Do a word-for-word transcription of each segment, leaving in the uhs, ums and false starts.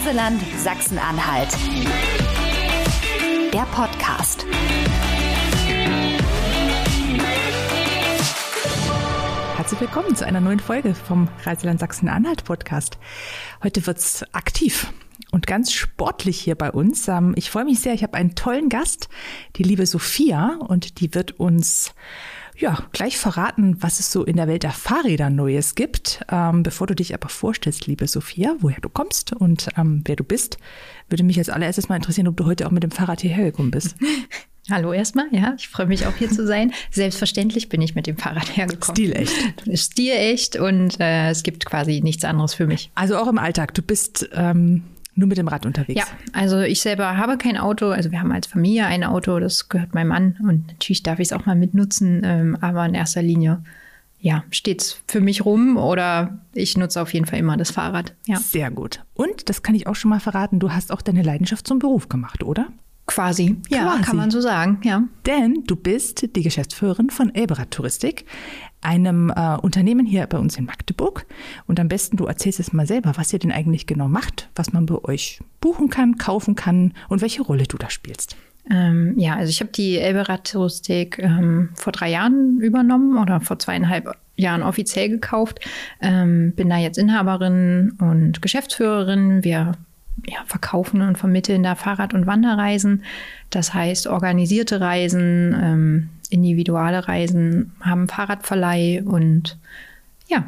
Reiseland Sachsen-Anhalt. Der Podcast. Herzlich willkommen zu einer neuen Folge vom Reiseland Sachsen-Anhalt Podcast. Heute wird's aktiv und ganz sportlich hier bei uns. Ich freue mich sehr, ich habe einen tollen Gast, die liebe Sophia, und die wird uns ja gleich verraten, was es so in der Welt der Fahrräder Neues gibt. Ähm, bevor du dich aber vorstellst, liebe Sophia, woher du kommst und ähm, wer du bist, würde mich als allererstes mal interessieren, ob du heute auch mit dem Fahrrad hierher gekommen bist. Hallo erstmal, ja, ich freue mich auch hier zu sein. Selbstverständlich bin ich mit dem Fahrrad hergekommen. Stilecht. Stilecht und äh, es gibt quasi nichts anderes für mich. Also auch im Alltag, du bist ähm, nur mit dem Rad unterwegs? Ja, also ich selber habe kein Auto, also wir haben als Familie ein Auto, das gehört meinem Mann und natürlich darf ich es auch mal mitnutzen, ähm, aber in erster Linie, ja, steht es für mich rum oder ich nutze auf jeden Fall immer das Fahrrad. Ja. Sehr gut. Und, das kann ich auch schon mal verraten, du hast auch deine Leidenschaft zum Beruf gemacht, oder? Quasi, ja, Quasi. Kann man so sagen, ja. Denn du bist die Geschäftsführerin von Elberad Touristik, einem äh, Unternehmen hier bei uns in Magdeburg. Und am besten, du erzählst es mal selber, was ihr denn eigentlich genau macht, was man bei euch buchen kann, kaufen kann und welche Rolle du da spielst. Ähm, ja, also ich habe die Elberad Touristik ähm, vor drei Jahren übernommen oder vor zweieinhalb Jahren offiziell gekauft. Ähm, bin da jetzt Inhaberin und Geschäftsführerin. Wir ja, verkaufen und vermitteln da Fahrrad- und Wanderreisen. Das heißt organisierte Reisen, ähm, individuelle Reisen, haben Fahrradverleih und ja,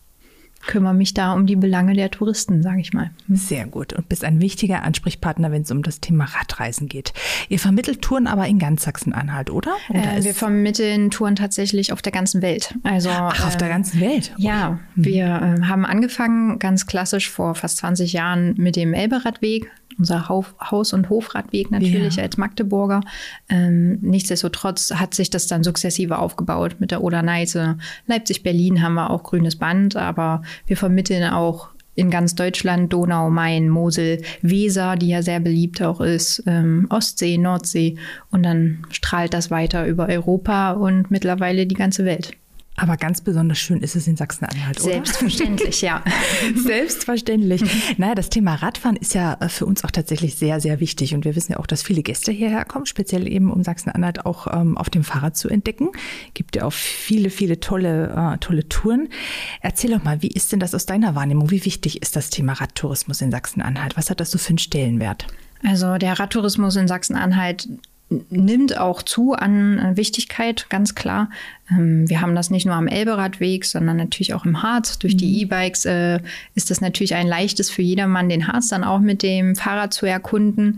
kümmere mich da um die Belange der Touristen, sage ich mal. Sehr gut. Und bist ein wichtiger Ansprechpartner, wenn es um das Thema Radreisen geht. Ihr vermittelt Touren aber in ganz Sachsen-Anhalt, oder? oder äh, wir vermitteln Touren tatsächlich auf der ganzen Welt. Also, Ach, auf äh, der ganzen Welt? Ja, mhm. wir äh, haben angefangen ganz klassisch vor fast zwanzig Jahren mit dem Elberadweg. Unser Haus- und Hofradweg natürlich ja. als Magdeburger. Ähm, nichtsdestotrotz hat sich das dann sukzessive aufgebaut mit der Oder-Neiße. Leipzig-Berlin haben wir auch grünes Band, aber wir vermitteln auch in ganz Deutschland Donau, Main, Mosel, Weser, die ja sehr beliebt auch ist, ähm, Ostsee, Nordsee. Und dann strahlt das weiter über Europa und mittlerweile die ganze Welt. Aber ganz besonders schön ist es in Sachsen-Anhalt, oder? Selbstverständlich, ja. Selbstverständlich. Naja, das Thema Radfahren ist ja für uns auch tatsächlich sehr, sehr wichtig. Und wir wissen ja auch, dass viele Gäste hierher kommen, speziell eben um Sachsen-Anhalt auch ähm, auf dem Fahrrad zu entdecken. Gibt ja auch viele, viele tolle, äh, tolle Touren. Erzähl doch mal, wie ist denn das aus deiner Wahrnehmung? Wie wichtig ist das Thema Radtourismus in Sachsen-Anhalt? Was hat das so für einen Stellenwert? Also der Radtourismus in Sachsen-Anhalt nimmt auch zu an Wichtigkeit, ganz klar. Wir haben das nicht nur am Elberadweg, sondern natürlich auch im Harz. Durch die E-Bikes äh, ist das natürlich ein leichtes für jedermann, den Harz dann auch mit dem Fahrrad zu erkunden.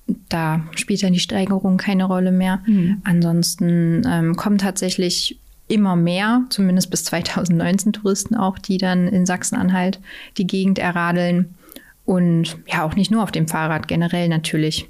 Da spielt dann die Steigerung keine Rolle mehr. Mhm. Ansonsten ähm, kommen tatsächlich immer mehr, zumindest bis zwanzig neunzehn Touristen auch, die dann in Sachsen-Anhalt die Gegend erradeln. Und ja, auch nicht nur auf dem Fahrrad, generell natürlich.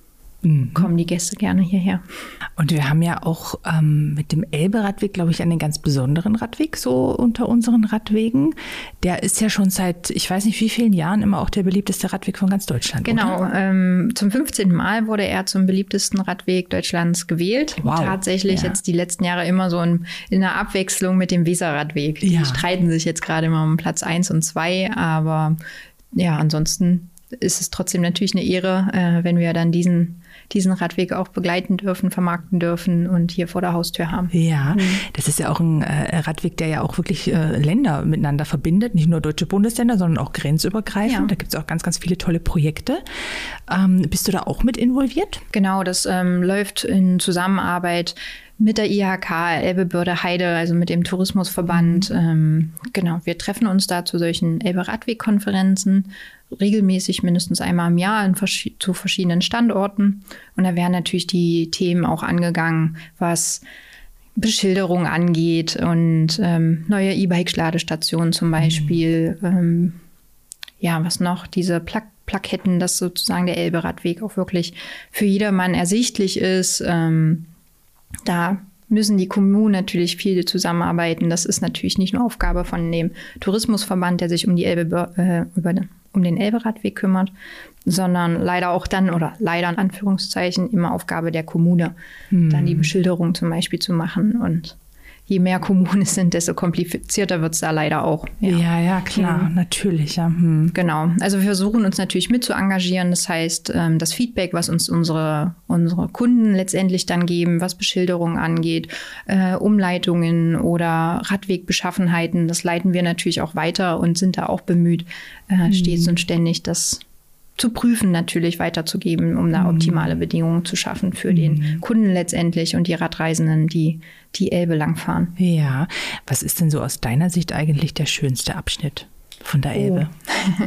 Mhm. Kommen die Gäste gerne hierher. Und wir haben ja auch ähm, mit dem Elberadweg, glaube ich, einen ganz besonderen Radweg so unter unseren Radwegen. Der ist ja schon seit, ich weiß nicht wie vielen Jahren, immer auch der beliebteste Radweg von ganz Deutschland. Genau, ähm, zum fünfzehnten Mal wurde er zum beliebtesten Radweg Deutschlands gewählt. Wow. Tatsächlich ja. Jetzt die letzten Jahre immer so in, in einer Abwechslung mit dem Weserradweg. Die ja. streiten sich jetzt gerade mal um Platz eins und zwei, aber ja, ansonsten ist es trotzdem natürlich eine Ehre, äh, wenn wir dann diesen diesen Radweg auch begleiten dürfen, vermarkten dürfen und hier vor der Haustür haben. Ja, mhm. Das ist ja auch ein äh, Radweg, der ja auch wirklich äh, Länder miteinander verbindet, nicht nur deutsche Bundesländer, sondern auch grenzübergreifend. Ja. Da gibt es auch ganz, ganz viele tolle Projekte. Ähm, bist du da auch mit involviert? Genau, das ähm, läuft in Zusammenarbeit mit der I H K, Elbe-Börde Heide, also mit dem Tourismusverband. Mhm. Ähm, genau, wir treffen uns da zu solchen Elbe-Radweg-Konferenzen regelmäßig mindestens einmal im Jahr in vers- zu verschiedenen Standorten. Und da werden natürlich die Themen auch angegangen, was Beschilderung angeht und ähm, neue E-Bike-Ladestationen zum Beispiel. Mhm. Ähm, ja, was noch? Diese Pla- Plaketten, dass sozusagen der Elbe-Radweg auch wirklich für jedermann ersichtlich ist. Ähm, Da müssen die Kommunen natürlich viel zusammenarbeiten. Das ist natürlich nicht nur Aufgabe von dem Tourismusverband, der sich um die Elbe, äh, über, um den Elberadweg kümmert, sondern leider auch dann, oder leider in Anführungszeichen, immer Aufgabe der Kommune, hm. dann die Beschilderung zum Beispiel zu machen und je mehr Kommunen es sind, desto komplizierter wird es da leider auch. Ja, ja, ja klar, mhm. natürlich. Ja. Hm. Genau, also wir versuchen uns natürlich mit zu engagieren. Das heißt, das Feedback, was uns unsere, unsere Kunden letztendlich dann geben, was Beschilderung angeht, äh, Umleitungen oder Radwegbeschaffenheiten, das leiten wir natürlich auch weiter und sind da auch bemüht, äh, mhm. stets und ständig das zu prüfen, natürlich weiterzugeben, um da optimale Bedingungen zu schaffen für mhm. den Kunden letztendlich und die Radreisenden, die die Elbe langfahren. Ja, was ist denn so aus deiner Sicht eigentlich der schönste Abschnitt von der Elbe? Oh.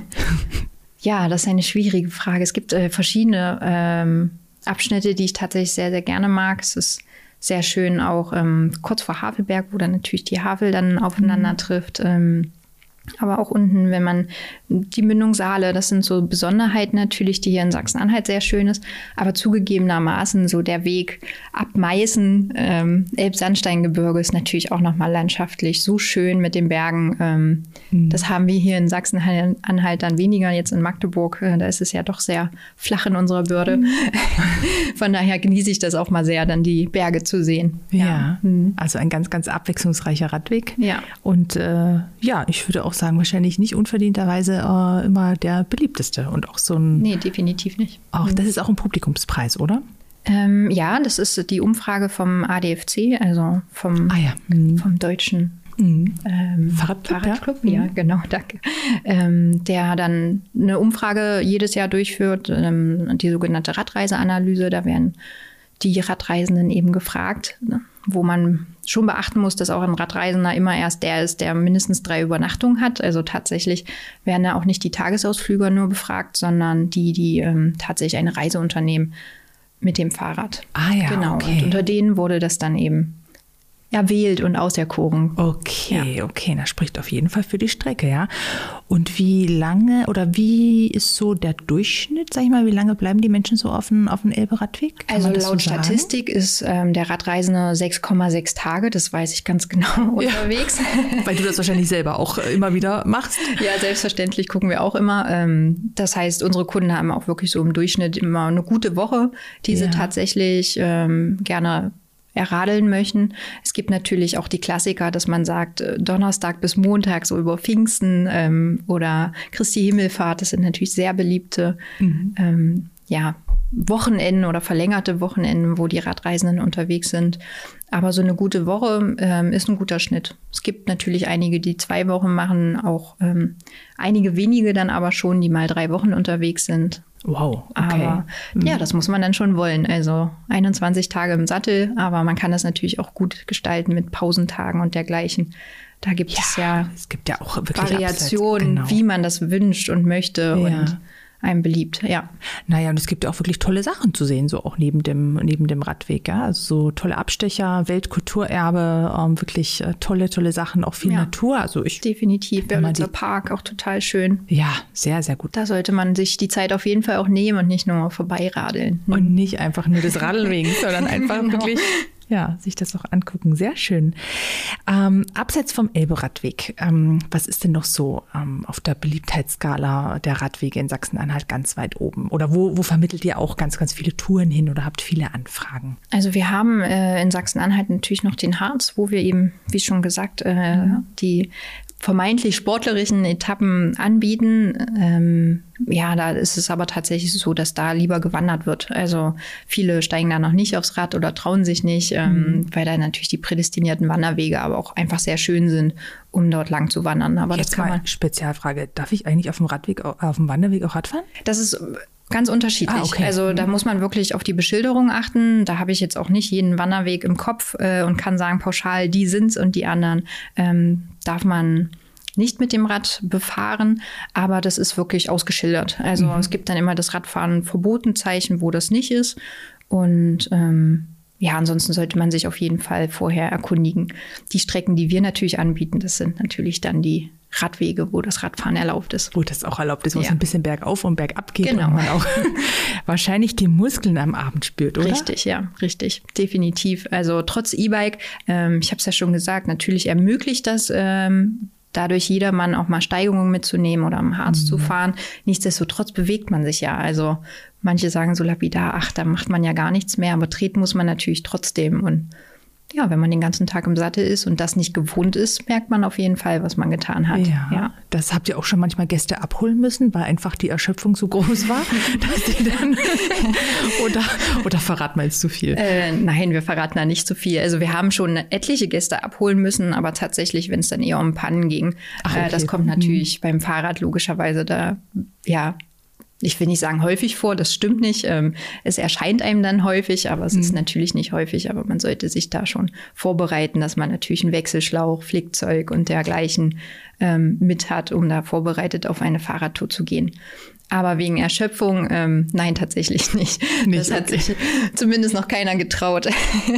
Ja, das ist eine schwierige Frage. Es gibt äh, verschiedene ähm, Abschnitte, die ich tatsächlich sehr, sehr gerne mag. Es ist sehr schön auch ähm, kurz vor Havelberg, wo dann natürlich die Havel dann aufeinander mhm. trifft. Ähm, Aber auch unten, wenn man die Mündung Saale, das sind so Besonderheiten natürlich, die hier in Sachsen-Anhalt sehr schön ist. Aber zugegebenermaßen so der Weg ab Meißen, ähm, Elbsandsteingebirge ist natürlich auch nochmal landschaftlich so schön mit den Bergen. Ähm, mhm. Das haben wir hier in Sachsen-Anhalt dann weniger, jetzt in Magdeburg. Äh, da ist es ja doch sehr flach in unserer Bürde. Mhm. Von daher genieße ich das auch mal sehr, dann die Berge zu sehen. Ja, ja. Mhm. Also ein ganz, ganz abwechslungsreicher Radweg. Ja. Und äh, ja, ich würde auch sagen, wahrscheinlich nicht unverdienterweise äh, immer der beliebteste und auch so ein... Nee, definitiv nicht. Auch, das ist auch ein Publikumspreis, oder? Ähm, ja, das ist die Umfrage vom A D F C, also vom, ah, ja. mhm. vom deutschen mhm. ähm, Fahrradclub. Fahrradclub. Ja, ja mhm. genau, danke. Ähm, der dann eine Umfrage jedes Jahr durchführt, ähm, die sogenannte Radreiseanalyse. Da werden die Radreisenden eben gefragt, ne, wo man schon beachten muss, dass auch ein Radreisender immer erst der ist, der mindestens drei Übernachtungen hat. Also tatsächlich werden da auch nicht die Tagesausflüger nur befragt, sondern die, die ähm, tatsächlich eine Reise unternehmen mit dem Fahrrad. Ah ja, genau. Okay. Und unter denen wurde das dann eben erwählt und auserkoren. Okay, ja. okay, das spricht auf jeden Fall für die Strecke, ja. Und wie lange oder wie ist so der Durchschnitt, sag ich mal, wie lange bleiben die Menschen so auf dem, auf dem Elbe-Radweg? Also laut so Statistik ist ähm, der Radreisende sechs Komma sechs Tage, das weiß ich ganz genau, unterwegs. Ja, weil du das wahrscheinlich selber auch immer wieder machst. Ja, selbstverständlich gucken wir auch immer. Ähm, das heißt, unsere Kunden haben auch wirklich so im Durchschnitt immer eine gute Woche, die ja. sie tatsächlich ähm, gerne erradeln möchten. Es gibt natürlich auch die Klassiker, dass man sagt, Donnerstag bis Montag, so über Pfingsten ähm, oder Christi Himmelfahrt, das sind natürlich sehr beliebte mhm. ähm, ja, Wochenenden oder verlängerte Wochenenden, wo die Radreisenden unterwegs sind. Aber so eine gute Woche ähm, ist ein guter Schnitt. Es gibt natürlich einige, die zwei Wochen machen, auch ähm, einige wenige dann aber schon, die mal drei Wochen unterwegs sind. Wow, okay. Aber mhm. ja, das muss man dann schon wollen. Also einundzwanzig Tage im Sattel, aber man kann das natürlich auch gut gestalten mit Pausentagen und dergleichen. Da gibt ja, es ja es gibt ja auch wirklich Variationen, genau. wie man das wünscht und möchte ja. und einem beliebt, ja. Naja, und es gibt ja auch wirklich tolle Sachen zu sehen, so auch neben dem, neben dem Radweg, ja. Also so tolle Abstecher, Weltkulturerbe, ähm, wirklich äh, tolle, tolle Sachen, auch viel ja. Natur. Also ich definitiv, Wörlitzer Park, auch total schön. Ja, sehr, sehr gut. Da sollte man sich die Zeit auf jeden Fall auch nehmen und nicht nur vorbeiradeln. Hm. Und nicht einfach nur des Radeln wegen, sondern einfach genau. wirklich ja, sich das auch angucken. Sehr schön. Ähm, abseits vom Elbe-Radweg, ähm, was ist denn noch so ähm, auf der Beliebtheitsskala der Radwege in Sachsen-Anhalt ganz weit oben? Oder wo, wo vermittelt ihr auch ganz, ganz viele Touren hin oder habt viele Anfragen? Also wir haben äh, in Sachsen-Anhalt natürlich noch den Harz, wo wir eben, wie schon gesagt, äh, mhm. die vermeintlich sportlerischen Etappen anbieten. Ähm, ja, da ist es aber tatsächlich so, dass da lieber gewandert wird. Also viele steigen da noch nicht aufs Rad oder trauen sich nicht, ähm, mhm. weil da natürlich die prädestinierten Wanderwege aber auch einfach sehr schön sind, um dort lang zu wandern. Aber Jetzt das kann man. Spezialfrage: Darf ich eigentlich auf dem Radweg, auf dem Wanderweg auch Rad fahren? Das ist ganz unterschiedlich. Ah, okay. Also da muss man wirklich auf die Beschilderung achten. Da habe ich jetzt auch nicht jeden Wanderweg im Kopf äh, und kann sagen, pauschal, die sind's und die anderen ähm, darf man nicht mit dem Rad befahren, aber das ist wirklich ausgeschildert. Also mhm. es gibt dann immer das Radfahren Verbotenzeichen, wo das nicht ist. Und ähm, ja, ansonsten sollte man sich auf jeden Fall vorher erkundigen. Die Strecken, die wir natürlich anbieten, das sind natürlich dann die Radwege, wo das Radfahren erlaubt ist. Wo das auch erlaubt ist, wo ja. es ein bisschen bergauf und bergab geht genau. und man auch wahrscheinlich die Muskeln am Abend spürt, oder? Richtig, ja, richtig, definitiv. Also trotz E-Bike, ähm, ich habe es ja schon gesagt, natürlich ermöglicht das ähm, dadurch jedermann auch mal Steigungen mitzunehmen oder am Harz mhm. zu fahren. Nichtsdestotrotz bewegt man sich ja. Also manche sagen so lapidar, ach, da macht man ja gar nichts mehr, aber treten muss man natürlich trotzdem. Und ja, wenn man den ganzen Tag im Sattel ist und das nicht gewohnt ist, merkt man auf jeden Fall, was man getan hat. Ja, ja. Das habt ihr auch schon manchmal Gäste abholen müssen, weil einfach die Erschöpfung so groß war, dass die dann oder, oder verraten wir jetzt zu viel? Äh, nein, wir verraten da nicht zu viel. Also wir haben schon etliche Gäste abholen müssen, aber tatsächlich, wenn es dann eher um Pannen ging, Ach, okay. äh, das kommt natürlich mhm. beim Fahrrad logischerweise da, ja, ich will nicht sagen häufig vor, das stimmt nicht. Ähm, es erscheint einem dann häufig, aber es mhm. ist natürlich nicht häufig. Aber man sollte sich da schon vorbereiten, dass man natürlich einen Wechselschlauch, Flickzeug und dergleichen ähm, mit hat, um da vorbereitet auf eine Fahrradtour zu gehen. Aber wegen Erschöpfung, ähm, nein, tatsächlich nicht. nicht das hat okay. sich zumindest noch keiner getraut,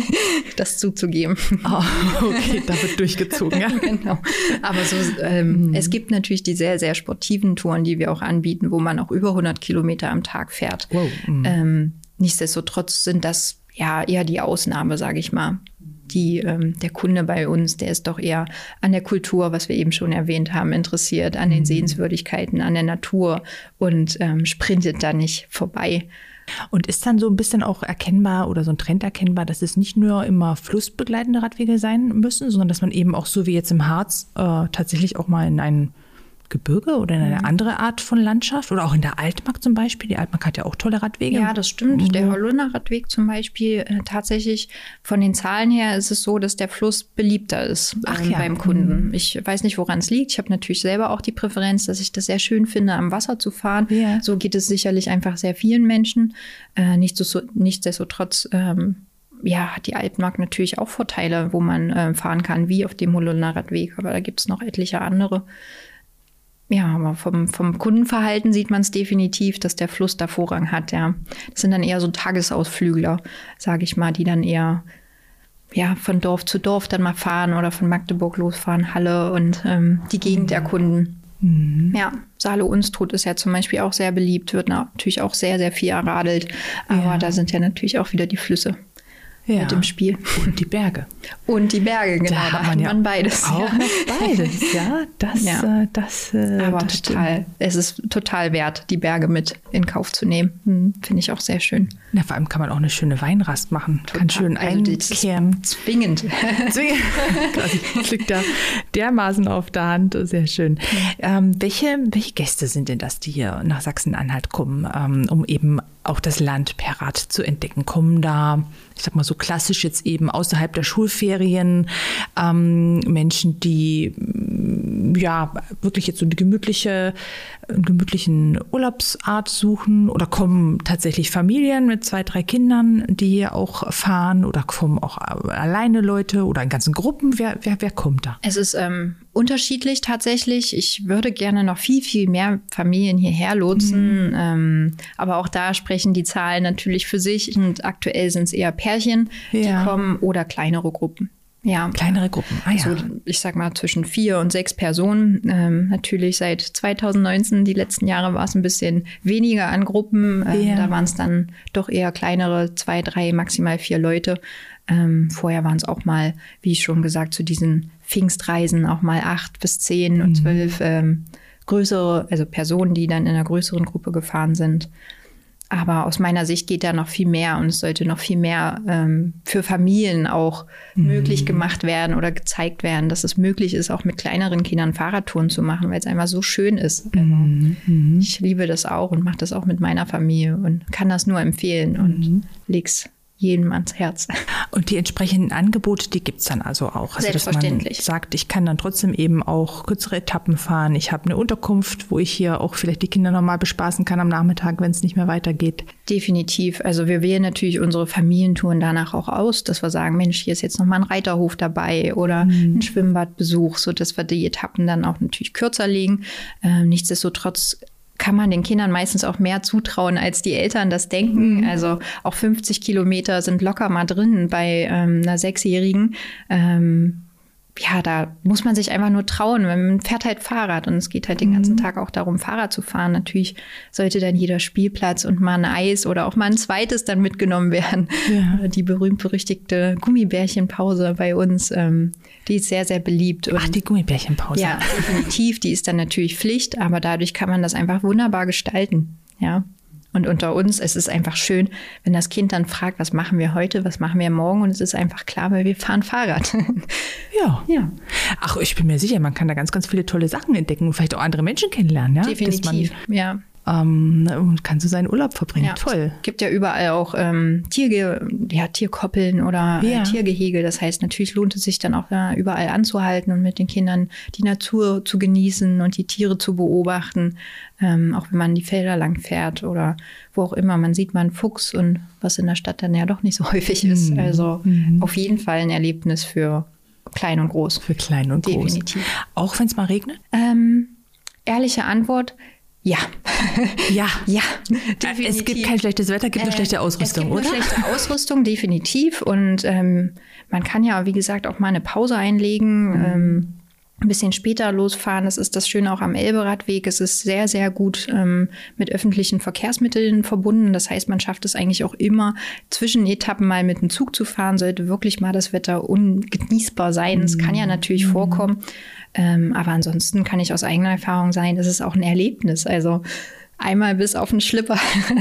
das zuzugeben. Oh, okay, da wird durchgezogen. Ja? Genau. Aber so, ähm, mhm. es gibt natürlich die sehr, sehr sportiven Touren, die wir auch anbieten, wo man auch über hundert Kilometer am Tag fährt. Wow. Mhm. Ähm, nichtsdestotrotz sind das ja eher die Ausnahme, sage ich mal. Die, ähm, der Kunde bei uns, der ist doch eher an der Kultur, was wir eben schon erwähnt haben, interessiert, an den Sehenswürdigkeiten, an der Natur und ähm, sprintet da nicht vorbei. Und ist dann so ein bisschen auch erkennbar oder so ein Trend erkennbar, dass es nicht nur immer flussbegleitende Radwege sein müssen, sondern dass man eben auch so wie jetzt im Harz äh, tatsächlich auch mal in einen Gebirge oder in eine andere Art von Landschaft oder auch in der Altmark zum Beispiel. Die Altmark hat ja auch tolle Radwege. Ja, das stimmt. Der Hollunder Radweg zum Beispiel, äh, tatsächlich von den Zahlen her ist es so, dass der Fluss beliebter ist Ach, ähm, ja. beim Kunden. Ich weiß nicht, woran es liegt. Ich habe natürlich selber auch die Präferenz, dass ich das sehr schön finde, am Wasser zu fahren. Ja. So geht es sicherlich einfach sehr vielen Menschen. Äh, nichtsdestotrotz ähm, ja, hat die Altmark natürlich auch Vorteile, wo man äh, fahren kann, wie auf dem Hollunder Radweg. Aber da gibt es noch etliche andere. Ja, aber vom, vom Kundenverhalten sieht man es definitiv, dass der Fluss da Vorrang hat, ja. Das sind dann eher so Tagesausflügler, sage ich mal, die dann eher ja, von Dorf zu Dorf dann mal fahren oder von Magdeburg losfahren, Halle und ähm, die Gegend erkunden. Mhm. Ja, Saale-Unstrut ist ja zum Beispiel auch sehr beliebt, wird natürlich auch sehr, sehr viel erradelt. Aber ja. da sind ja natürlich auch wieder die Flüsse. Ja. Mit dem Spiel. Und die Berge. Und die Berge, genau. Da, da hat man ja beides. Auch ja. noch beides, ja. Das, ja. Äh, das, äh, Aber das total, stimmt. Es ist total wert, die Berge mit in Kauf zu nehmen. Hm, finde ich auch sehr schön. Ja, vor allem kann man auch eine schöne Weinrast machen. Total. Kann schön also einkehren. Zwingend. Zwingend. Das liegt da dermaßen auf der Hand. Sehr schön. Mhm. Ähm, welche, welche Gäste sind denn das, die hier nach Sachsen-Anhalt kommen, ähm, um eben auch das Land per Rad zu entdecken? Kommen da, ich sag mal so klassisch jetzt eben außerhalb der Schulferien, ähm, Menschen, die ja wirklich jetzt so eine gemütliche, einen gemütlichen Urlaubsart suchen, oder kommen tatsächlich Familien mit zwei, drei Kindern, die hier auch fahren, oder kommen auch alleine Leute oder in ganzen Gruppen? Wer, wer, wer kommt da? Es ist ähm, unterschiedlich tatsächlich. Ich würde gerne noch viel, viel mehr Familien hierher lotsen. Mhm. Ähm, aber auch da sprechen die Zahlen natürlich für sich. Und aktuell sind es eher Pärchen, ja. die kommen, oder kleinere Gruppen. Ja. Kleinere Gruppen, ah ja. So, ich sag mal zwischen vier und sechs Personen. Ähm, natürlich seit zweitausendneunzehn, die letzten Jahre, war es ein bisschen weniger an Gruppen. Ähm, ja. Da waren es dann doch eher kleinere, zwei, drei, maximal vier Leute. Ähm, vorher waren es auch mal, wie schon gesagt, zu diesen Pfingstreisen auch mal acht bis zehn mhm. und zwölf ähm, größere, also Personen, die dann in einer größeren Gruppe gefahren sind. Aber aus meiner Sicht geht da noch viel mehr, und es sollte noch viel mehr ähm, für Familien auch mhm. möglich gemacht werden oder gezeigt werden, dass es möglich ist, auch mit kleineren Kindern Fahrradtouren zu machen, weil es einfach so schön ist. Mhm. Also, ich liebe das auch und mache das auch mit meiner Familie und kann das nur empfehlen mhm. und leg's jedem ans Herz. Und die entsprechenden Angebote, die gibt es dann also auch. Also, selbstverständlich. Dass man sagt, ich kann dann trotzdem eben auch kürzere Etappen fahren. Ich habe eine Unterkunft, wo ich hier auch vielleicht die Kinder nochmal bespaßen kann am Nachmittag, wenn es nicht mehr weitergeht. Definitiv. Also wir wählen natürlich unsere Familientouren danach auch aus, dass wir sagen, Mensch, hier ist jetzt nochmal ein Reiterhof dabei oder mhm. ein Schwimmbadbesuch, sodass wir die Etappen dann auch natürlich kürzer legen. Ähm, nichtsdestotrotz kann man den Kindern meistens auch mehr zutrauen, als die Eltern das denken. Mhm. Also auch fünfzig Kilometer sind locker mal drin bei ähm, einer Sechsjährigen. Ähm, ja, da muss man sich einfach nur trauen. Man fährt halt Fahrrad und es geht halt den ganzen mhm. Tag auch darum, Fahrrad zu fahren. Natürlich sollte dann jeder Spielplatz und mal ein Eis oder auch mal ein zweites dann mitgenommen werden. Ja. Die berühmt-berüchtigte Gummibärchenpause bei uns, ähm, die ist sehr, sehr beliebt. Und ach, die Gummibärchenpause. Ja, definitiv. Die ist dann natürlich Pflicht, aber dadurch kann man das einfach wunderbar gestalten. Ja. Und unter uns, es ist einfach schön, wenn das Kind dann fragt, was machen wir heute, was machen wir morgen? Und es ist einfach klar, weil wir fahren Fahrrad. Ja. Ja. Ach, ich bin mir sicher, man kann da ganz, ganz viele tolle Sachen entdecken und vielleicht auch andere Menschen kennenlernen. Ja? Definitiv, man, ja. Ähm, und kann so seinen Urlaub verbringen. Ja. Toll. Es gibt ja überall auch ähm, Tierge ja, Tierkoppeln oder Ja. äh, Tiergehege. Das heißt, natürlich lohnt es sich dann auch da überall anzuhalten und mit den Kindern die Natur zu genießen und die Tiere zu beobachten. Ähm, auch wenn man die Felder lang fährt oder wo auch immer. Man sieht mal einen Fuchs und was in der Stadt dann ja doch nicht so häufig ist. Mhm. Also Mhm. auf jeden Fall ein Erlebnis für klein und groß. Für klein und groß. Definitiv. Auch wenn es mal regnet? Ähm, ehrliche Antwort, ja. Ja. Ja, Es gibt kein schlechtes Wetter, gibt nur schlechte Ausrüstung, es gibt oder? nur schlechte Ausrüstung, definitiv. Und ähm, man kann ja, wie gesagt, auch mal eine Pause einlegen, Mhm. ähm, ein bisschen später losfahren. Das ist das Schöne auch am Elberadweg. Es ist sehr, sehr gut ähm, mit öffentlichen Verkehrsmitteln verbunden. Das heißt, man schafft es eigentlich auch immer, zwischen Etappen mal mit dem Zug zu fahren. Sollte wirklich mal das Wetter ungenießbar sein. Es kann ja natürlich vorkommen. Ähm, aber ansonsten kann ich aus eigener Erfahrung sagen, das ist auch ein Erlebnis. Also einmal bis auf den Schlipper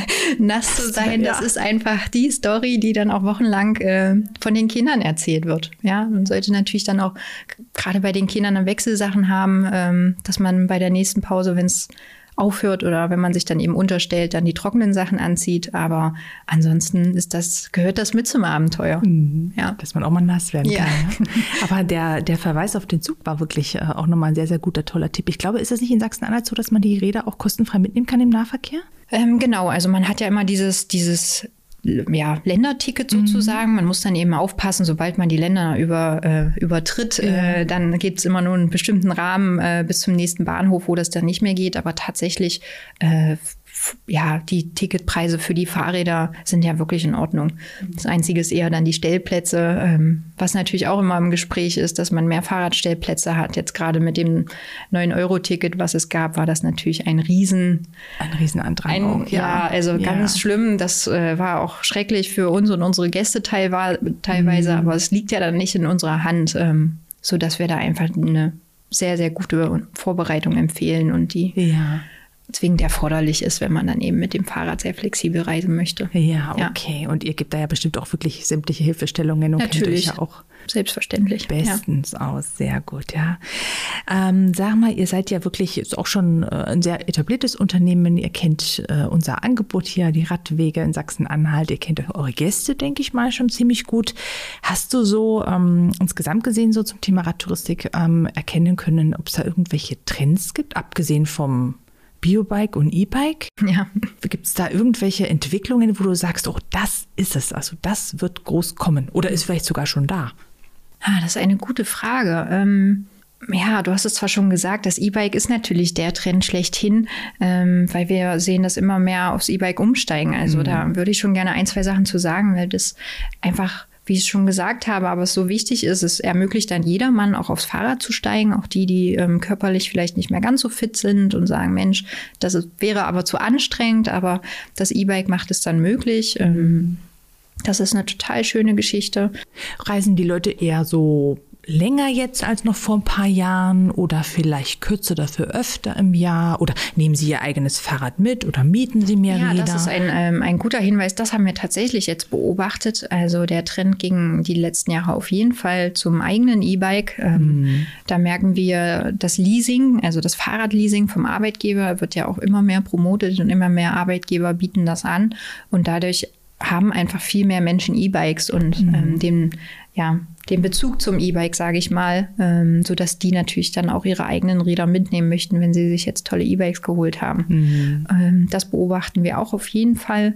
nass zu sein, Ja. das ist einfach die Story, die dann auch wochenlang äh, von den Kindern erzählt wird. Ja, man sollte natürlich dann auch gerade bei den Kindern dann Wechselsachen haben, ähm, dass man bei der nächsten Pause, wenn es aufhört oder wenn man sich dann eben unterstellt, dann die trockenen Sachen anzieht. Aber ansonsten ist das, gehört das mit zum Abenteuer. Mhm. Ja. Dass man auch mal nass werden Ja. kann. Ja? Aber der, der Verweis auf den Zug war wirklich äh, auch nochmal ein sehr, sehr guter, toller Tipp. Ich glaube, ist es nicht in Sachsen-Anhalt so, dass man die Räder auch kostenfrei mitnehmen kann im Nahverkehr? Ähm, genau, also man hat ja immer dieses, dieses ja, Länderticket sozusagen. Man muss dann eben aufpassen, sobald man die Länder über, äh, übertritt, äh, dann gibt es immer nur einen bestimmten Rahmen äh, bis zum nächsten Bahnhof, wo das dann nicht mehr geht. Aber tatsächlich, äh, f- ja, die Ticketpreise für die Fahrräder sind ja wirklich in Ordnung. Das Einzige ist eher dann die Stellplätze, ähm, was natürlich auch immer im Gespräch ist, dass man mehr Fahrradstellplätze hat. Jetzt gerade mit dem neun Euro Ticket, was es gab, war das natürlich ein Riesen... Ein Riesenandrang Ein, auch. ja, also Ja. ganz schlimm. Das äh, war auch schrecklich für uns und unsere Gäste teilweise, teilweise Mhm. aber es liegt ja dann nicht in unserer Hand, ähm, sodass wir da einfach eine sehr, sehr gute Vorbereitung empfehlen und die Ja. zwingend erforderlich ist, wenn man dann eben mit dem Fahrrad sehr flexibel reisen möchte. Ja, Ja. okay. Und ihr gebt da ja bestimmt auch wirklich sämtliche Hilfestellungen und kennt Natürlich. euch ja auch Selbstverständlich. Ja. bestens aus. Sehr gut, ja. Ähm, sag mal, ihr seid ja wirklich ist auch schon äh, ein sehr etabliertes Unternehmen. Ihr kennt äh, unser Angebot hier, die Radwege in Sachsen-Anhalt. Ihr kennt eure Gäste, denke ich mal, schon ziemlich gut. Hast du so ähm, insgesamt gesehen so zum Thema Radtouristik ähm, erkennen können, ob es da irgendwelche Trends gibt, abgesehen vom Biobike und E-Bike? Ja. Gibt es da irgendwelche Entwicklungen, wo du sagst, oh, das ist es, also das wird groß kommen oder ist vielleicht sogar schon da? Ah, das ist eine gute Frage. Ähm, ja, du hast es zwar schon gesagt, das E-Bike ist natürlich der Trend schlechthin, ähm, weil wir sehen, dass immer mehr aufs E-Bike umsteigen. Also mhm. da würde ich schon gerne ein, zwei Sachen zu sagen, weil das einfach, wie ich es schon gesagt habe, aber es so wichtig ist, es ermöglicht dann jedermann auch aufs Fahrrad zu steigen, auch die, die ähm, körperlich vielleicht nicht mehr ganz so fit sind und sagen, Mensch, das ist, wäre aber zu anstrengend, aber das E-Bike macht es dann möglich. Ähm, das ist eine total schöne Geschichte. Reisen die Leute eher so länger jetzt als noch vor ein paar Jahren oder vielleicht kürzer dafür öfter im Jahr oder nehmen sie ihr eigenes Fahrrad mit oder mieten sie mehr Ja, Räder? das ist ein, ähm, ein guter Hinweis. Das haben wir tatsächlich jetzt beobachtet. Also der Trend ging die letzten Jahre auf jeden Fall zum eigenen E-Bike. Ähm, mhm. Da merken wir, das Leasing, also das Fahrradleasing vom Arbeitgeber wird ja auch immer mehr promotet und immer mehr Arbeitgeber bieten das an und dadurch haben einfach viel mehr Menschen E-Bikes und mhm. ähm, den, ja, den Bezug zum E-Bike, sage ich mal, ähm, sodass die natürlich dann auch ihre eigenen Räder mitnehmen möchten, wenn sie sich jetzt tolle E-Bikes geholt haben. Mhm. Ähm, das beobachten wir auch auf jeden Fall.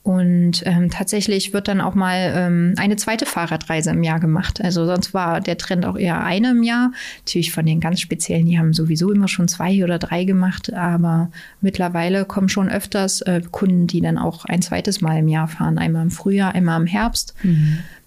Und ähm, tatsächlich wird dann auch mal ähm, eine zweite Fahrradreise im Jahr gemacht. Also sonst war der Trend auch eher eine im Jahr. Natürlich von den ganz Speziellen, die haben sowieso immer schon zwei oder drei gemacht. Aber mittlerweile kommen schon öfters äh, Kunden, die dann auch ein zweites Mal im Jahr fahren. Einmal im Frühjahr, einmal im Herbst. Mhm.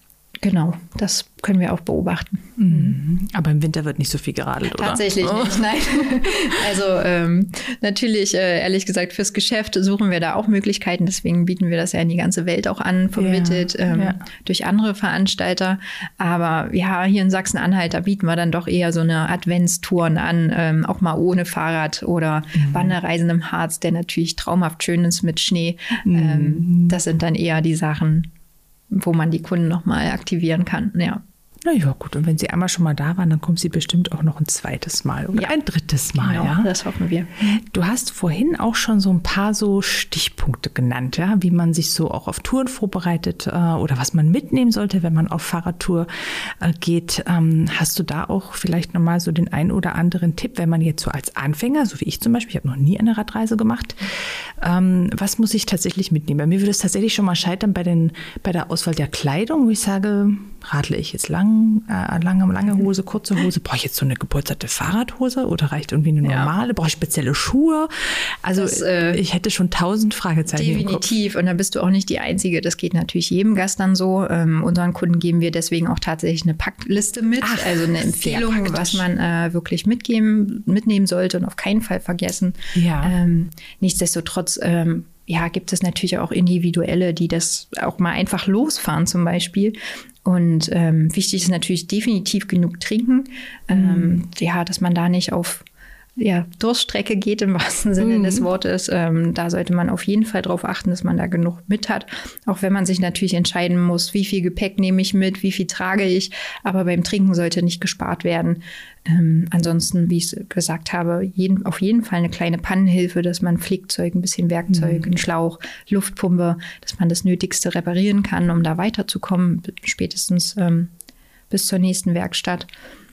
Genau, das können wir auch beobachten. Mhm. Aber im Winter wird nicht so viel geradelt, oder? Tatsächlich oh. nicht, nein. Also ähm, natürlich, äh, ehrlich gesagt, fürs Geschäft suchen wir da auch Möglichkeiten. Deswegen bieten wir das ja in die ganze Welt auch an, vermittelt ja, ähm, ja. durch andere Veranstalter. Aber ja, hier in Sachsen-Anhalt, da bieten wir dann doch eher so eine Adventstouren an, ähm, auch mal ohne Fahrrad oder mhm. Wanderreisen im Harz, der natürlich traumhaft schön ist mit Schnee. Mhm. Ähm, das sind dann eher die Sachen, wo man die Kunden nochmal aktivieren kann, ja. Na ja, gut. Und wenn Sie einmal schon mal da waren, dann kommen Sie bestimmt auch noch ein zweites Mal oder ja. ein drittes Mal. Genau, ja? Das hoffen wir. Du hast vorhin auch schon so ein paar so Stichpunkte genannt, ja, wie man sich so auch auf Touren vorbereitet äh, oder was man mitnehmen sollte, wenn man auf Fahrradtour äh, geht. Ähm, hast du da auch vielleicht nochmal so den einen oder anderen Tipp, wenn man jetzt so als Anfänger, so wie ich zum Beispiel, ich habe noch nie eine Radreise gemacht, ähm, was muss ich tatsächlich mitnehmen? Bei mir würde es tatsächlich schon mal scheitern bei, den, bei der Auswahl der Kleidung, wo ich sage, radle ich jetzt lang, äh, lange, lange Hose, kurze Hose, brauche ich jetzt so eine gepolsterte Fahrradhose oder reicht irgendwie eine normale, ja. brauche ich spezielle Schuhe? Also das, äh, ich hätte schon tausend Fragezeichen definitiv, und da bist du auch nicht die Einzige, das geht natürlich jedem Gast dann so. Ähm, unseren Kunden geben wir deswegen auch tatsächlich eine Packliste mit, Ach, also eine Empfehlung, was man äh, wirklich mitgeben, mitnehmen sollte und auf keinen Fall vergessen. Ja. Ähm, nichtsdestotrotz ähm, ja, gibt es natürlich auch Individuelle, die das auch mal einfach losfahren zum Beispiel. Und ähm, wichtig ist natürlich definitiv genug trinken. Ähm, mm. Ja, dass man da nicht auf ja, Durststrecke geht im wahrsten Sinne mm. des Wortes. Ähm, da sollte man auf jeden Fall darauf achten, dass man da genug mit hat. Auch wenn man sich natürlich entscheiden muss, wie viel Gepäck nehme ich mit, wie viel trage ich. Aber beim Trinken sollte nicht gespart werden. Ähm, ansonsten, wie ich es gesagt habe, jeden, auf jeden Fall eine kleine Pannenhilfe, dass man Flickzeug, ein bisschen Werkzeug, mhm. einen Schlauch, Luftpumpe, dass man das Nötigste reparieren kann, um da weiterzukommen, spätestens ähm, bis zur nächsten Werkstatt.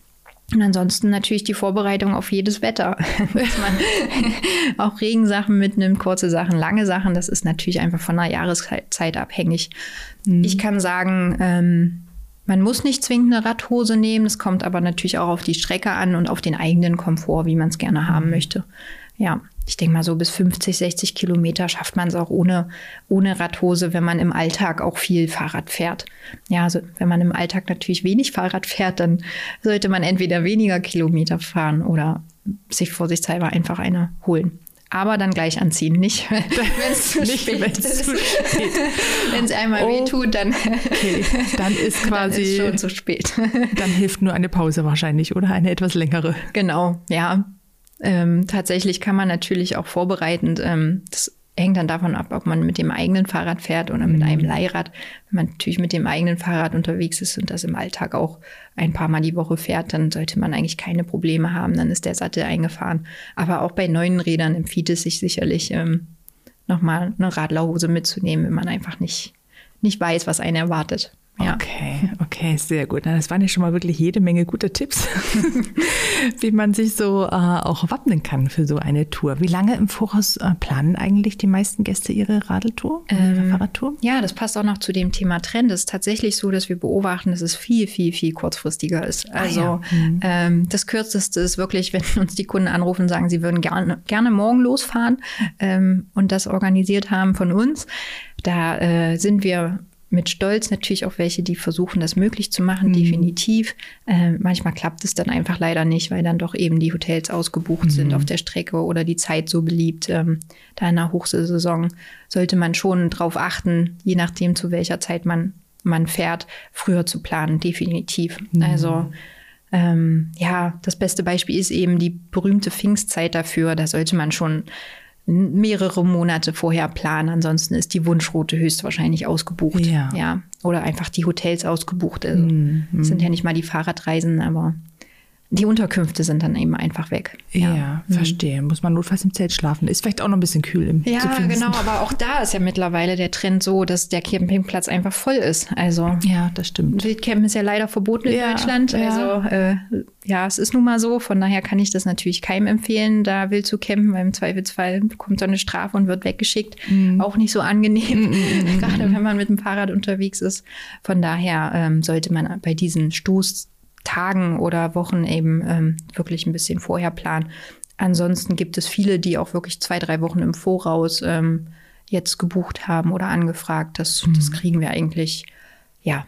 Und ansonsten natürlich die Vorbereitung auf jedes Wetter, dass man auch Regensachen mitnimmt, kurze Sachen, lange Sachen. Das ist natürlich einfach von der Jahreszeit abhängig. Mhm. Ich kann sagen, ähm, man muss nicht zwingend eine Radhose nehmen. Es kommt aber natürlich auch auf die Strecke an und auf den eigenen Komfort, wie man es gerne haben möchte. Ja, ich denke mal so bis fünfzig, sechzig Kilometer schafft man es auch ohne, ohne Radhose, wenn man im Alltag auch viel Fahrrad fährt. Ja, also wenn man im Alltag natürlich wenig Fahrrad fährt, dann sollte man entweder weniger Kilometer fahren oder sich vorsichtshalber einfach eine holen. Aber dann gleich anziehen, nicht wenn es zu spät ist. Wenn es einmal oh, weh tut, dann, okay. dann ist quasi dann ist schon zu spät. Dann hilft nur eine Pause wahrscheinlich oder eine etwas längere. Genau, ja. Ähm, tatsächlich kann man natürlich auch vorbereitend, ähm, das hängt dann davon ab, ob man mit dem eigenen Fahrrad fährt oder mit mhm. einem Leihrad. Wenn man natürlich mit dem eigenen Fahrrad unterwegs ist und das im Alltag auch ein paar Mal die Woche fährt, dann sollte man eigentlich keine Probleme haben. Dann ist der Sattel eingefahren. Aber auch bei neuen Rädern empfiehlt es sich sicherlich, ähm, nochmal eine Radlerhose mitzunehmen, wenn man einfach nicht, nicht weiß, was einen erwartet. Ja. Okay, okay, sehr gut. Na, das waren ja schon mal wirklich jede Menge gute Tipps, wie man sich so äh, auch wappnen kann für so eine Tour. Wie lange im Voraus äh, planen eigentlich die meisten Gäste ihre Radeltour, ähm, ihre Fahrradtour? Ja, das passt auch noch zu dem Thema Trend. Es ist tatsächlich so, dass wir beobachten, dass es viel, viel, viel kurzfristiger ist. Also ah, ja. mhm. ähm, das Kürzeste ist wirklich, wenn uns die Kunden anrufen und sagen, sie würden gerne, gerne morgen losfahren ähm, und das organisiert haben von uns. Da äh, sind wir mit Stolz natürlich auch welche, die versuchen, das möglich zu machen, mhm. definitiv. Äh, manchmal klappt es dann einfach leider nicht, weil dann doch eben die Hotels ausgebucht mhm. sind auf der Strecke oder die Zeit so beliebt. Ähm, da in der Hochsaison sollte man schon drauf achten, je nachdem, zu welcher Zeit man, man fährt, früher zu planen, definitiv. Mhm. Also ähm, ja, das beste Beispiel ist eben die berühmte Pfingstzeit dafür. Da sollte man schon mehrere Monate vorher planen. Ansonsten ist die Wunschroute höchstwahrscheinlich ausgebucht. Ja. ja. Oder einfach die Hotels ausgebucht. Also, mm, mm. sind ja nicht mal die Fahrradreisen, aber die Unterkünfte sind dann eben einfach weg. Ja, ja mhm. verstehe. Muss man notfalls im Zelt schlafen. Ist vielleicht auch noch ein bisschen kühl im Ja, genau. Aber auch da ist ja mittlerweile der Trend so, dass der Campingplatz einfach voll ist. Also ja, das stimmt. Wildcampen ist ja leider verboten in ja, Deutschland. Ja. Also äh, ja, es ist nun mal so. Von daher kann ich das natürlich keinem empfehlen, da wild zu campen, weil im Zweifelsfall bekommt er eine Strafe und wird weggeschickt. Mhm. Auch nicht so angenehm, mhm. gerade wenn man mit dem Fahrrad unterwegs ist. Von daher ähm, sollte man bei diesen Stoß Tagen oder Wochen eben ähm, wirklich ein bisschen vorher planen. Ansonsten gibt es viele, die auch wirklich zwei, drei Wochen im Voraus ähm, jetzt gebucht haben oder angefragt. Das, mhm. das kriegen wir eigentlich ja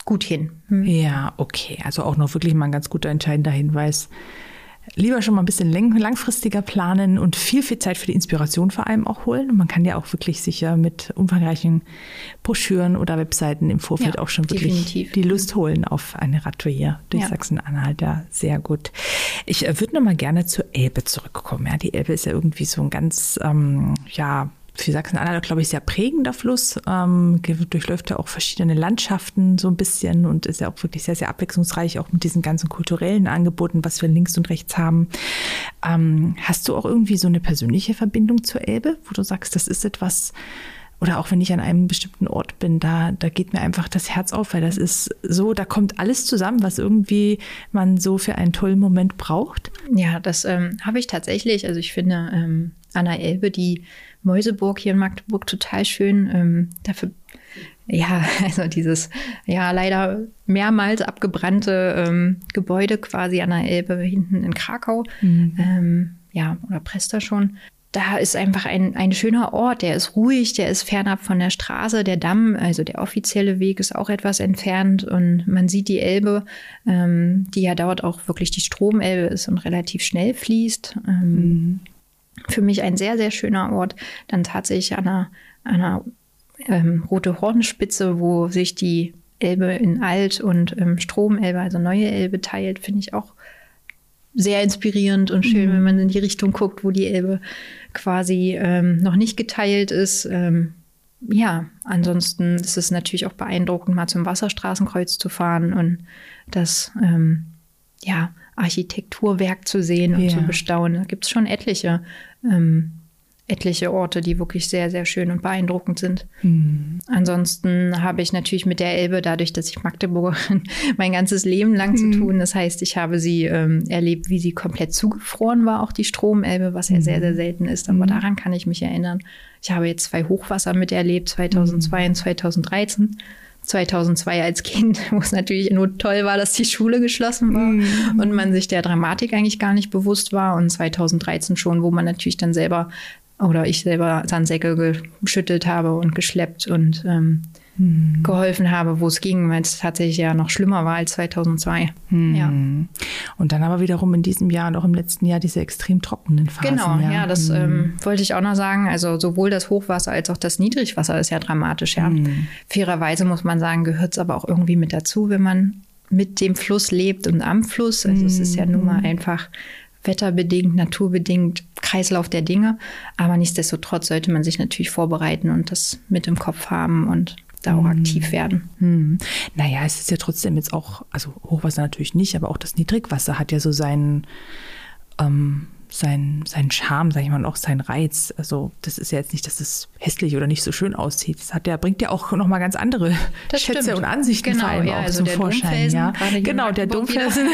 gut hin. Hm. Ja, okay. Also auch noch wirklich mal ein ganz guter entscheidender Hinweis. Lieber schon mal ein bisschen lang, langfristiger planen und viel, viel Zeit für die Inspiration vor allem auch holen. Und man kann ja auch wirklich sicher mit umfangreichen Broschüren oder Webseiten im Vorfeld ja, auch schon wirklich definitiv. Die Lust holen auf eine Radtour hier durch ja. Sachsen-Anhalt. Ja, sehr gut. Ich äh, würde noch mal gerne zur Elbe zurückkommen. Ja, die Elbe ist ja irgendwie so ein ganz, ähm, ja, für Sachsen-Anhalt, glaube ich, sehr prägender Fluss, ähm, durchläuft ja auch verschiedene Landschaften so ein bisschen und ist ja auch wirklich sehr, sehr abwechslungsreich, auch mit diesen ganzen kulturellen Angeboten, was wir links und rechts haben. Ähm, hast du auch irgendwie so eine persönliche Verbindung zur Elbe, wo du sagst, das ist etwas, oder auch wenn ich an einem bestimmten Ort bin, da, da geht mir einfach das Herz auf, weil das ist so, da kommt alles zusammen, was irgendwie man so für einen tollen Moment braucht? Ja, das ähm, habe ich tatsächlich. Also ich finde ähm, an der Elbe die Mäuseburg hier in Magdeburg total schön. Ähm, dafür, ja, also dieses, ja, leider mehrmals abgebrannte ähm, Gebäude quasi an der Elbe hinten in Krakau, mhm. ähm, ja, oder Presta schon. Da ist einfach ein, ein schöner Ort, der ist ruhig, der ist fernab von der Straße, der Damm, also der offizielle Weg ist auch etwas entfernt und man sieht die Elbe, ähm, die ja dort auch wirklich die Stromelbe ist und relativ schnell fließt. Ähm, mhm. Für mich ein sehr, sehr schöner Ort. Dann tatsächlich an einer, an einer ähm, Rote Hornspitze, wo sich die Elbe in Alt- und ähm, Stromelbe, also neue Elbe teilt, finde ich auch sehr inspirierend und schön, mhm. wenn man in die Richtung guckt, wo die Elbe quasi ähm, noch nicht geteilt ist. Ähm, ja, ansonsten ist es natürlich auch beeindruckend, mal zum Wasserstraßenkreuz zu fahren und das ähm, ja, Architekturwerk zu sehen und ja. zu bestaunen. Da gibt es schon etliche, ähm, etliche Orte, die wirklich sehr, sehr schön und beeindruckend sind. Mhm. Ansonsten habe ich natürlich mit der Elbe, dadurch, dass ich Magdeburgerin mein ganzes Leben lang mhm. zu tun. Das heißt, ich habe sie ähm, erlebt, wie sie komplett zugefroren war, auch die Stromelbe, was ja mhm. sehr, sehr selten ist. Aber mhm. daran kann ich mich erinnern. Ich habe jetzt zwei Hochwasser miterlebt, zweitausendzwei mhm. und zweitausenddreizehn. zweitausendzwei als Kind, wo es natürlich nur toll war, dass die Schule geschlossen war mm. und man sich der Dramatik eigentlich gar nicht bewusst war. Und zweitausenddreizehn schon, wo man natürlich dann selber oder ich selber Sandsäcke geschüttelt habe und geschleppt und ähm, mm. geholfen habe, wo es ging, weil es tatsächlich ja noch schlimmer war als zweitausendzwei. Mm. Ja. Und dann aber wiederum in diesem Jahr und auch im letzten Jahr diese extrem trockenen Phasen. Genau, ja, ja das mm. ähm, wollte ich auch noch sagen. Also sowohl das Hochwasser als auch das Niedrigwasser ist ja dramatisch. Ja. Mm. Fairerweise muss man sagen, gehört es aber auch irgendwie mit dazu, wenn man mit dem Fluss lebt und am Fluss. Also mm. es ist ja nun mal einfach wetterbedingt, naturbedingt, Kreislauf der Dinge. Aber nichtsdestotrotz sollte man sich natürlich vorbereiten und das mit im Kopf haben und da auch aktiv werden. Hm. Naja, es ist ja trotzdem jetzt auch, also Hochwasser natürlich nicht, aber auch das Niedrigwasser hat ja so seinen, ähm, seinen, seinen Charme, sag ich mal, und auch seinen Reiz. Also das ist ja jetzt nicht, dass es hässlich oder nicht so schön aussieht. Das hat ja, bringt ja auch nochmal ganz andere das Schätze stimmt. Und Ansichten genau, vor allem ja, auch also zum der Vorschein. Ja. Genau, der Domfelsen.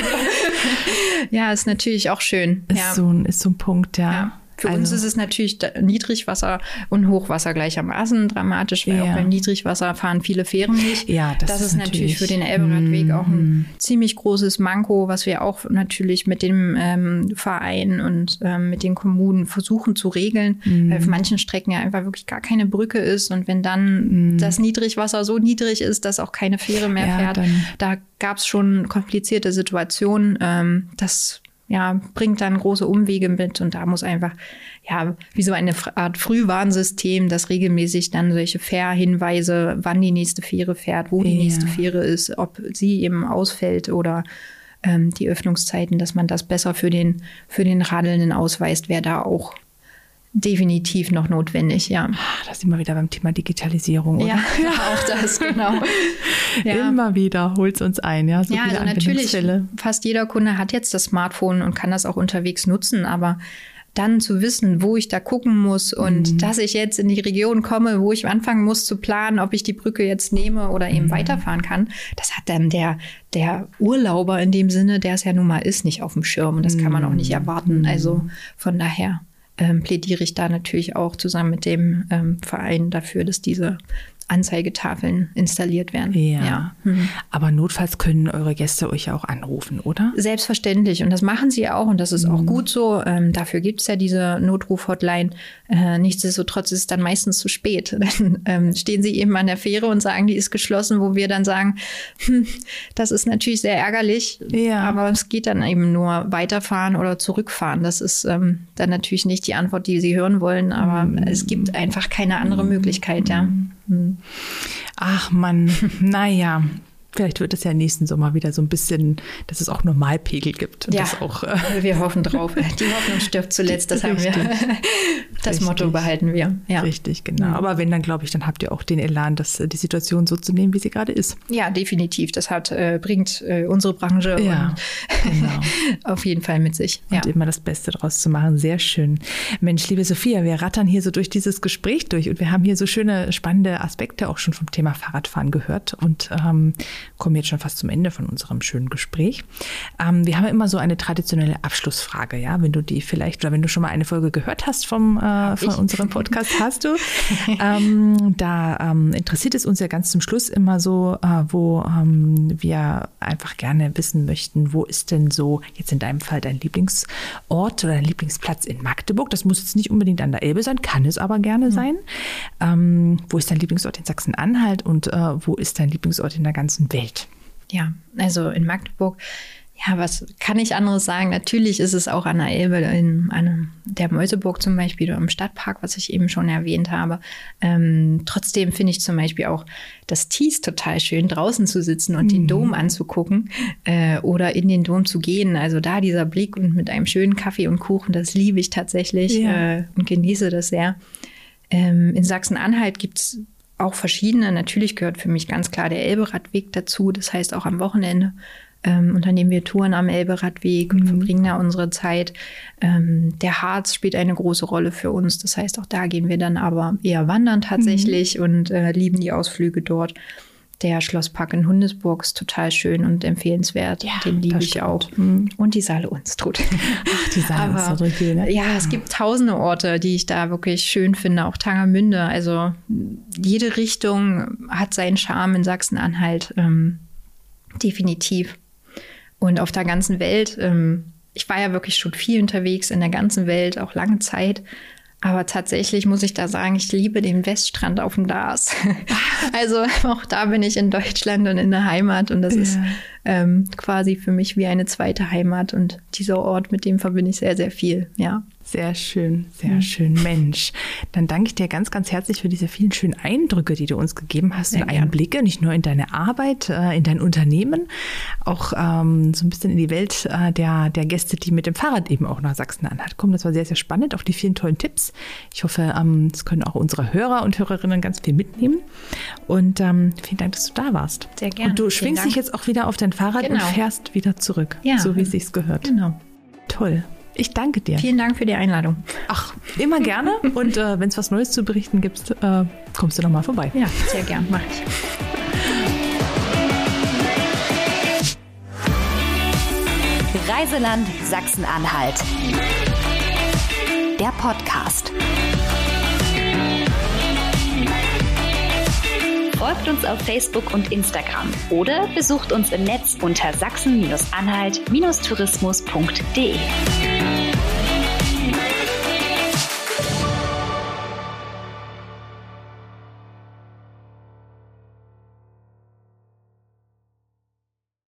Ja, ist natürlich auch schön. Ist, ja. so, ein, ist so ein Punkt, ja. ja. Für also. uns ist es natürlich Niedrigwasser und Hochwasser gleichermaßen dramatisch, weil ja. auch beim Niedrigwasser fahren viele Fähren nicht. Ja, das, das ist ist natürlich für den Elberadweg mm. auch ein ziemlich großes Manko, was wir auch natürlich mit dem ähm, Verein und ähm, mit den Kommunen versuchen zu regeln, mm. weil auf manchen Strecken ja einfach wirklich gar keine Brücke ist und wenn dann mm. das Niedrigwasser so niedrig ist, dass auch keine Fähre mehr ja, fährt, dann. da gab es schon komplizierte Situationen, ähm, das ja, bringt dann große Umwege mit und da muss einfach, ja, wie so eine Art Frühwarnsystem, das regelmäßig dann solche Fährhinweise, wann die nächste Fähre fährt, wo die ja. nächste Fähre ist, ob sie eben ausfällt oder ähm, die Öffnungszeiten, dass man das besser für den, für den Radelnden ausweist, wäre da auch definitiv noch notwendig, ja. Da sind wir wieder beim Thema Digitalisierung, oder? Ja, ja. Auch das, genau. Ja. Immer wieder holt es uns ein, ja. So ja, viele also natürlich, fast jeder Kunde hat jetzt das Smartphone und kann das auch unterwegs nutzen, aber dann zu wissen, wo ich da gucken muss und mhm. dass ich jetzt in die Region komme, wo ich anfangen muss zu planen, ob ich die Brücke jetzt nehme oder eben mhm. weiterfahren kann, das hat dann der, der Urlauber in dem Sinne, der es ja nun mal ist, nicht auf dem Schirm und das kann man auch nicht erwarten. Also von daher Ähm, plädiere ich da natürlich auch zusammen mit dem ähm, Verein dafür, dass diese Anzeigetafeln installiert werden. Ja, ja. Mhm. Aber notfalls können eure Gäste euch ja auch anrufen, oder? Selbstverständlich. Und das machen sie auch. Und das ist mhm. auch gut so. Ähm, dafür gibt es ja diese Notruf-Hotline. Äh, nichtsdestotrotz ist es dann meistens zu spät. Dann ähm, stehen sie eben an der Fähre und sagen, die ist geschlossen, wo wir dann sagen, hm, das ist natürlich sehr ärgerlich. Ja. Aber es geht dann eben nur weiterfahren oder zurückfahren. Das ist ähm, dann natürlich nicht die Antwort, die sie hören wollen. Aber mhm. es gibt einfach keine andere Möglichkeit, ja. Mhm. Ach Mann, naja. Vielleicht wird es ja nächsten Sommer wieder so ein bisschen, dass es auch Normalpegel gibt. Und ja, das auch, äh wir hoffen drauf. Die Hoffnung stirbt zuletzt, das Richtig. haben wir. Das Richtig. Motto behalten wir. Ja. Richtig, genau. Ja. Aber wenn, dann glaube ich, dann habt ihr auch den Elan, das, die Situation so zu nehmen, wie sie gerade ist. Ja, definitiv. Das hat, äh, bringt äh, unsere Branche ja, und genau. auf jeden Fall mit sich. Und ja. immer das Beste draus zu machen. Sehr schön. Mensch, liebe Sophia, wir rattern hier so durch dieses Gespräch durch und wir haben hier so schöne, spannende Aspekte auch schon vom Thema Fahrradfahren gehört und ähm, kommen jetzt schon fast zum Ende von unserem schönen Gespräch. Ähm, wir haben ja immer so eine traditionelle Abschlussfrage, ja, wenn du die vielleicht oder wenn du schon mal eine Folge gehört hast vom, äh, von unserem Podcast, hast du. ähm, da ähm, interessiert es uns ja ganz zum Schluss immer so, äh, wo ähm, wir einfach gerne wissen möchten, wo ist denn so jetzt in deinem Fall dein Lieblingsort oder dein Lieblingsplatz in Magdeburg? Das muss jetzt nicht unbedingt an der Elbe sein, kann es aber gerne mhm. sein. Ähm, wo ist dein Lieblingsort in Sachsen-Anhalt und äh, wo ist dein Lieblingsort in der ganzen Welt? Ja, also in Magdeburg, ja, was kann ich anderes sagen? Natürlich ist es auch an der Elbe, in einem, der Meuseburg zum Beispiel oder im Stadtpark, was ich eben schon erwähnt habe. Ähm, trotzdem finde ich zum Beispiel auch das Thies total schön, draußen zu sitzen und mhm. den Dom anzugucken äh, oder in den Dom zu gehen. Also da dieser Blick und mit einem schönen Kaffee und Kuchen, das liebe ich tatsächlich ja. äh, und genieße das sehr. Ähm, in Sachsen-Anhalt gibt es auch verschiedene. Natürlich gehört für mich ganz klar der Elberadweg dazu. Das heißt, auch am Wochenende ähm, unternehmen wir Touren am Elberadweg und mhm. verbringen da unsere Zeit. Ähm, der Harz spielt eine große Rolle für uns. Das heißt, auch da gehen wir dann aber eher wandern tatsächlich mhm. und äh, lieben die Ausflüge dort. Der Schlosspark in Hundesburg ist total schön und empfehlenswert. Ja, den liebe ich auch. Und die Saale Unstrut. Ach, die Saale Unstrut, richtig, ne? Ja, es gibt tausende Orte, die ich da wirklich schön finde. Auch Tangermünde. Also jede Richtung hat seinen Charme in Sachsen-Anhalt. Ähm, definitiv. Und auf der ganzen Welt. Ähm, ich war ja wirklich schon viel unterwegs in der ganzen Welt, auch lange Zeit. Aber tatsächlich muss ich da sagen, ich liebe den Weststrand auf dem Darß. Also auch da bin ich in Deutschland und in der Heimat und das ja. ist ähm, quasi für mich wie eine zweite Heimat und dieser Ort, mit dem verbinde ich sehr, sehr viel, ja. Sehr schön, sehr mhm. schön. Mensch, dann danke ich dir ganz, ganz herzlich für diese vielen schönen Eindrücke, die du uns gegeben hast sehr und gern. Einblicke, nicht nur in deine Arbeit, in dein Unternehmen, auch ähm, so ein bisschen in die Welt äh, der, der Gäste, die mit dem Fahrrad eben auch nach Sachsen-Anhalt kommen. Das war sehr, sehr spannend, auch die vielen tollen Tipps. Ich hoffe, ähm, das können auch unsere Hörer und Hörerinnen ganz viel mitnehmen. Und ähm, vielen Dank, dass du da warst. Sehr gerne. Und du schwingst dich jetzt auch wieder auf dein Fahrrad genau. und fährst wieder zurück, ja. so wie es sich gehört. Genau. Toll. Ich danke dir. Vielen Dank für die Einladung. Ach, immer gerne. Und äh, wenn es was Neues zu berichten gibt, äh, kommst du noch mal vorbei. Ja, sehr gern, mache ich. Reiseland Sachsen-Anhalt. Der Podcast. Folgt uns auf Facebook und Instagram oder besucht uns im Netz unter sachsen Anhalt Tourismus punkt de.